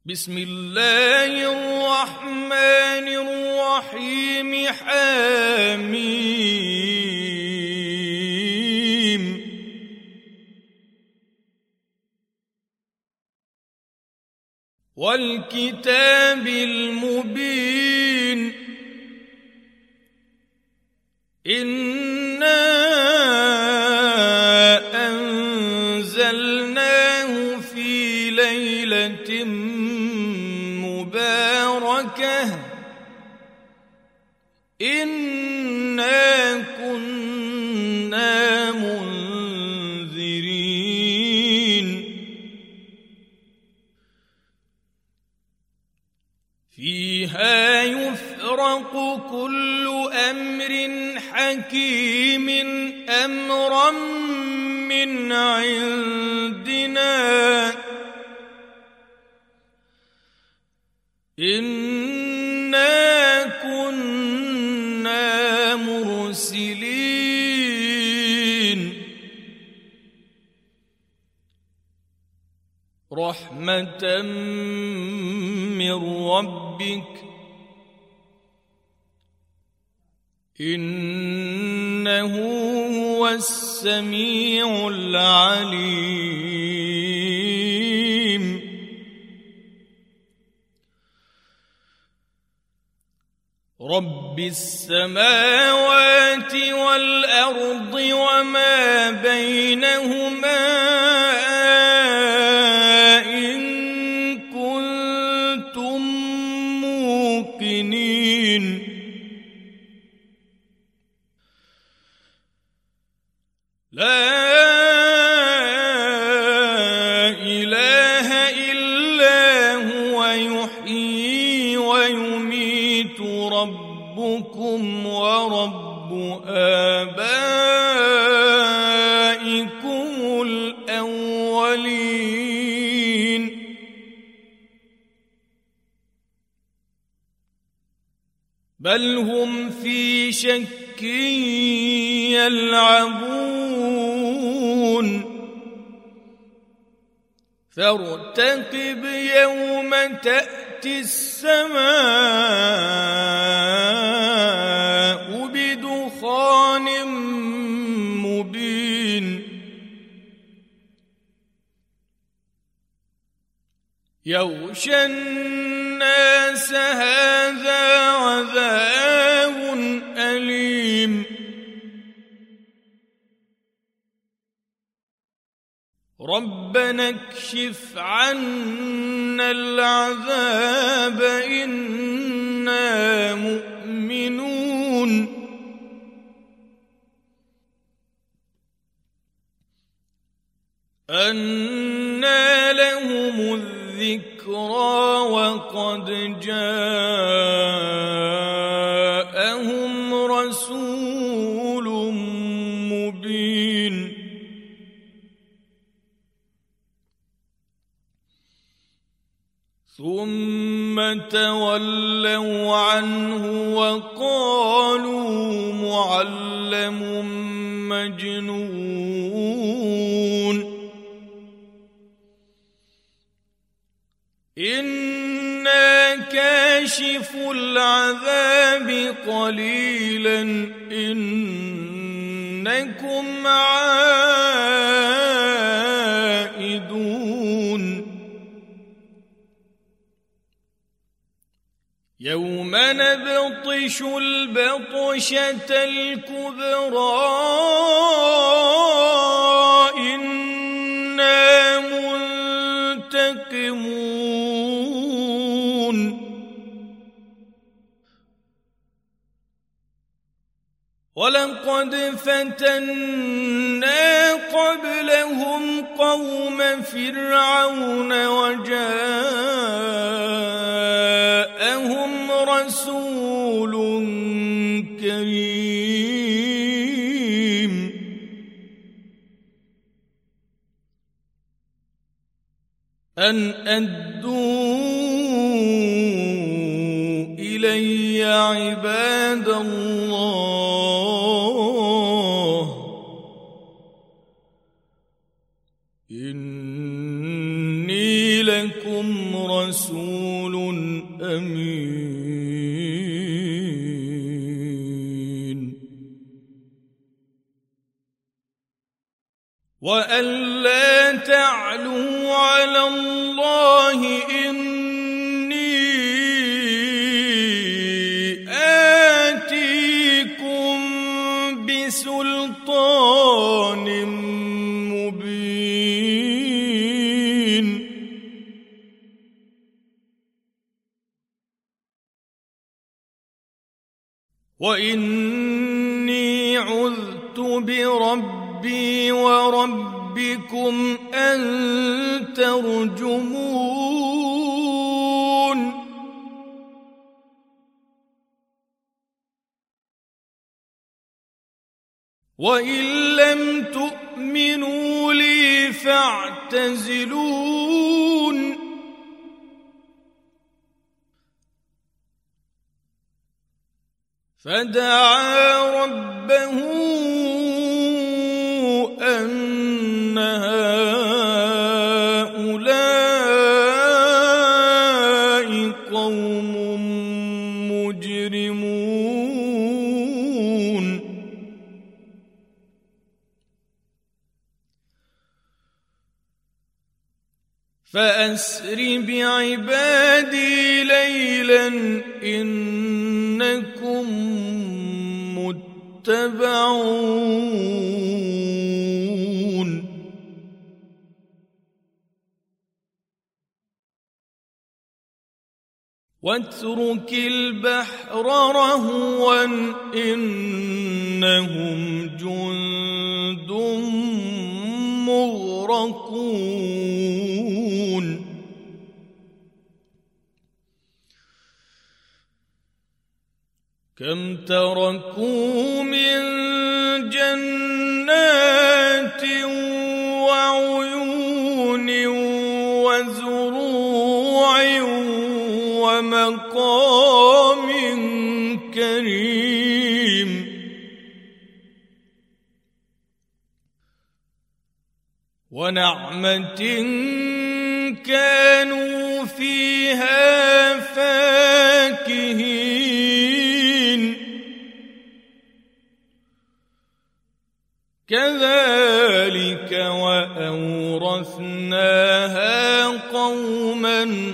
بسم الله الرحمن الرحيم حميم والكتاب المبين إنا أنزلناه في ليلة مباركة إنا كنا منذرين فيها يفرق كل أمر حكيم أمرا من عندنا إنا كنا مرسلين رحمة من ربك إنه هو السميع العليم رب السماوات والأرض وما بينهما إن كنتم موقنين لا إله إلا هو يحيي ويميت ربكم ورب آبائكم الأولين بل هم في شك يلعبون فارتقب يوم تأتي السماء بدخان مبين يغشى الناس هذا عذاب أليم ربنا اكشف عنا العذاب إنا مؤمنون أنى لهم الذكرى وقد جاءهم رسول مبين ثم تولوا عنه وقالوا معلم مجنون إنا كاشف العذاب قليلا إنكم عائدون يوم نبطش البطشة الكبرى إنا منتقمون ولقد فتنا قبلهم قوم فرعون وجاءهم رسول كريم أن أدوا إلي عباد الله إني لكم رسول أمين وأن لا تعلوا على الله إني آتيكم بسلطان مبين وإني عذت بربي وربكم أن ترجمون وإن لم تؤمنوا لي فاعتزلون فدعا ربه أن هؤلاء قوم مجرمون فأسر بعبادي ليلا إنكم متبعون واترك البحر رهوا إنهم جند مغرقون كم تركوا من جنات وعيون وزروع ومقام كريم ونعمة كانوا فيها فاكهين كذلك وأورثناها قوما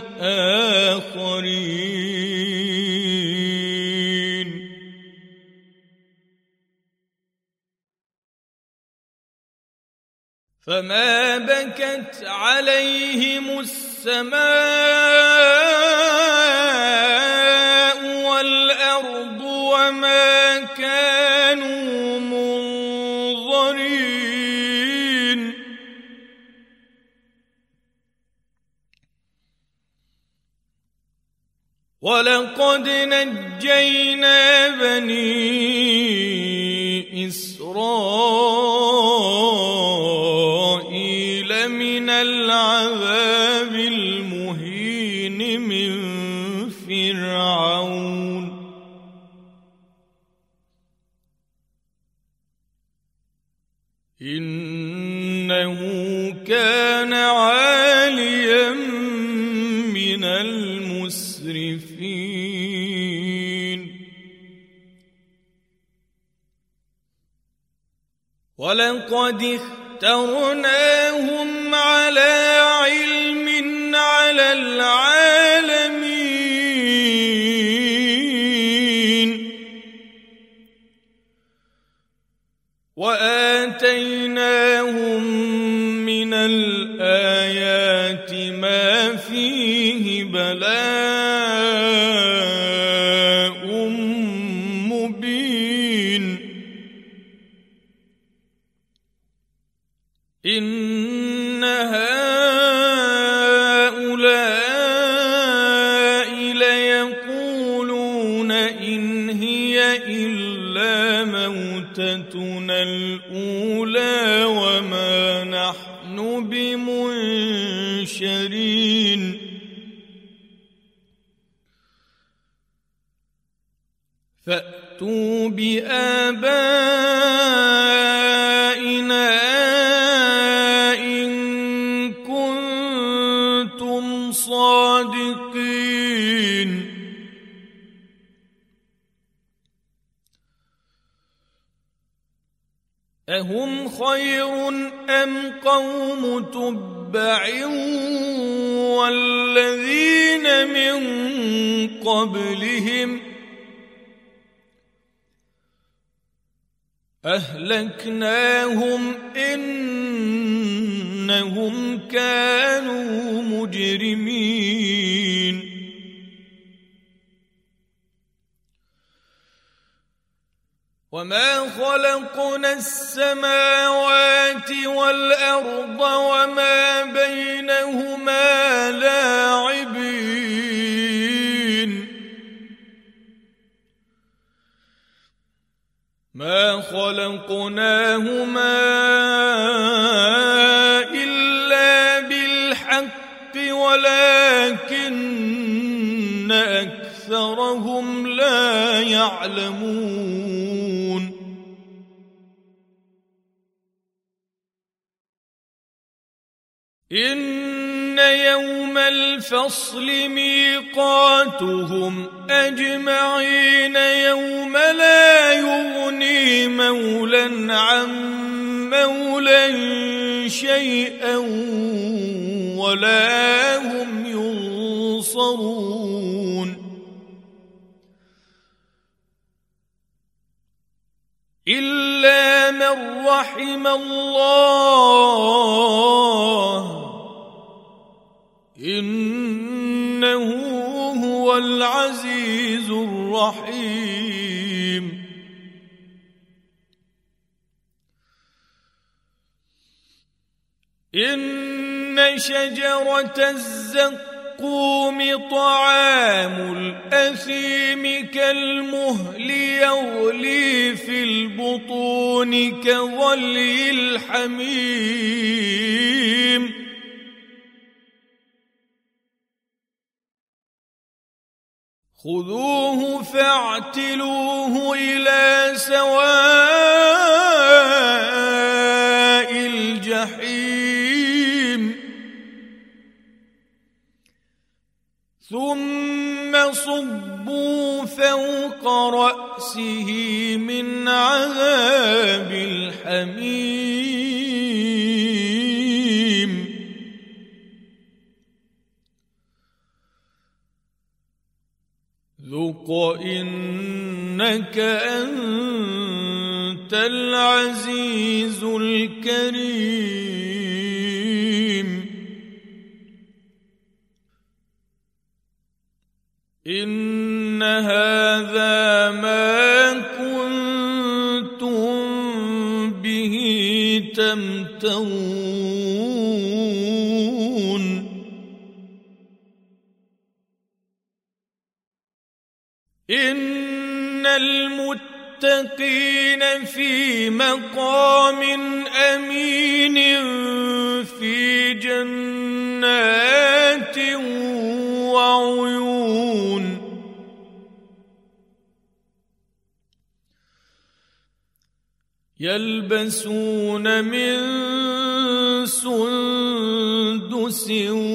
آخرين فما بكت عليهم السماء والأرض وما كانوا منظرين ولقد نجينا بني إسرائيل من العذاب المهين من فرعون إنه كان عاليا من المسرفين ولقد اخترناهم على علم على العالمين وآتيناهم من الآيات ما فيه بلاء مبين إن هؤلاء ليقولون إن هي إلا موتتنا الأولى وما نحن بمنشرين فأتوا بآبائنا إن كنتم صادقين الصادقين أهم خير أم قوم تبع والذين من قبلهم أهلكناهم إنهم كانوا مجرمين وما خلقنا السماوات والأرض وما بينهما لاعبين ما خلقناهما إلا بالحق ولكن أكثرهم لا يعلمون إن يوم الفصل ميقاتهم أجمعين يوم لا يغني مولا عن مولا شيئا ولا هم ينصرون إلا من رحم الله إنه هو العزيز الرحيم إن شجرة الزقوم طعام الأثيم كالمهل يغلي في البطون كغلي الحميم خذوه فاعتلوه إلى سواء الجحيم ثم صبوا فوق رأسه من عذاب الحميم ذق إنك أنت العزيز الكريم إن هذا ما كنتم به تمترون إن المتقين في مقام أمين في جنات وعيون يلبسون من سندس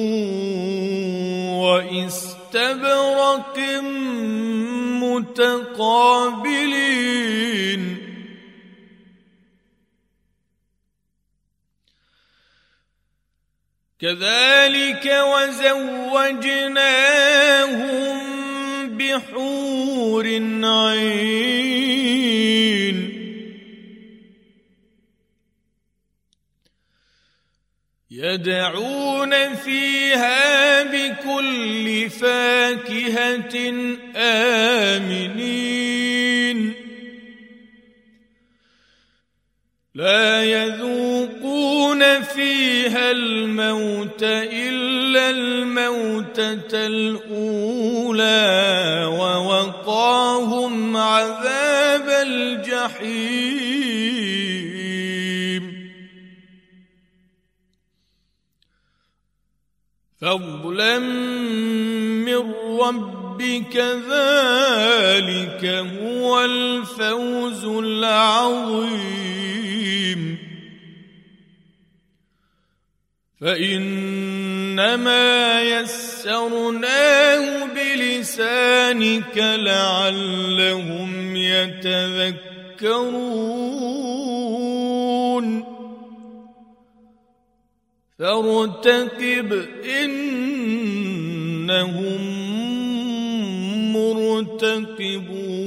وإستبرق متقابلين كذلك وزوجناهم بحور عين يدعون فيها بكل فاكهة آمنين لا يذوقون فيها الموت إلا الموتة الأولى ووقاهم عذاب الجحيم فضلا من ربك ذلك هو الفوز العظيم فإنما يسرناه بلسانك لعلهم يتذكرون فارتقب إنهم مرتقبون